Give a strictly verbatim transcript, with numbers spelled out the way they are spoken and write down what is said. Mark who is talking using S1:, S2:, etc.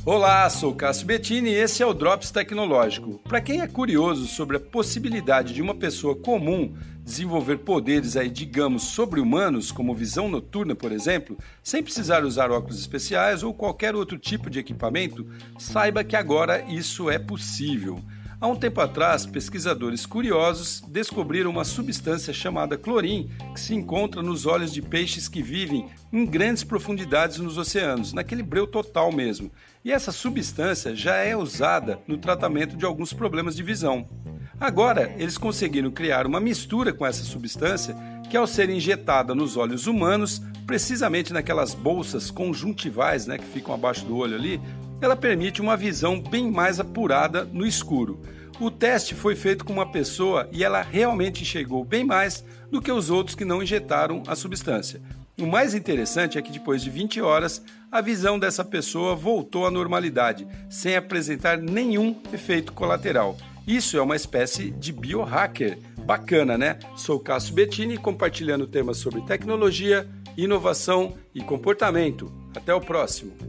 S1: Olá, sou Cássio Bettini e esse é o Drops Tecnológico. Para quem é curioso sobre a possibilidade de uma pessoa comum desenvolver poderes aí, digamos, sobre-humanos, como visão noturna, por exemplo, sem precisar usar óculos especiais ou qualquer outro tipo de equipamento, saiba que agora isso é possível. Há um tempo atrás, pesquisadores curiosos descobriram uma substância chamada clorim que se encontra nos olhos de peixes que vivem em grandes profundidades nos oceanos, naquele breu total mesmo. E essa substância já é usada no tratamento de alguns problemas de visão. Agora, eles conseguiram criar uma mistura com essa substância que, ao ser injetada nos olhos humanos, precisamente naquelas bolsas conjuntivais, né, que ficam abaixo do olho ali, ela permite uma visão bem mais apurada no escuro. O teste foi feito com uma pessoa e ela realmente enxergou bem mais do que os outros que não injetaram a substância. O mais interessante é que depois de vinte horas, a visão dessa pessoa voltou à normalidade, sem apresentar nenhum efeito colateral. Isso é uma espécie de biohacker. Bacana, né? Sou Cássio Bettini, compartilhando temas sobre tecnologia, inovação e comportamento. Até o próximo!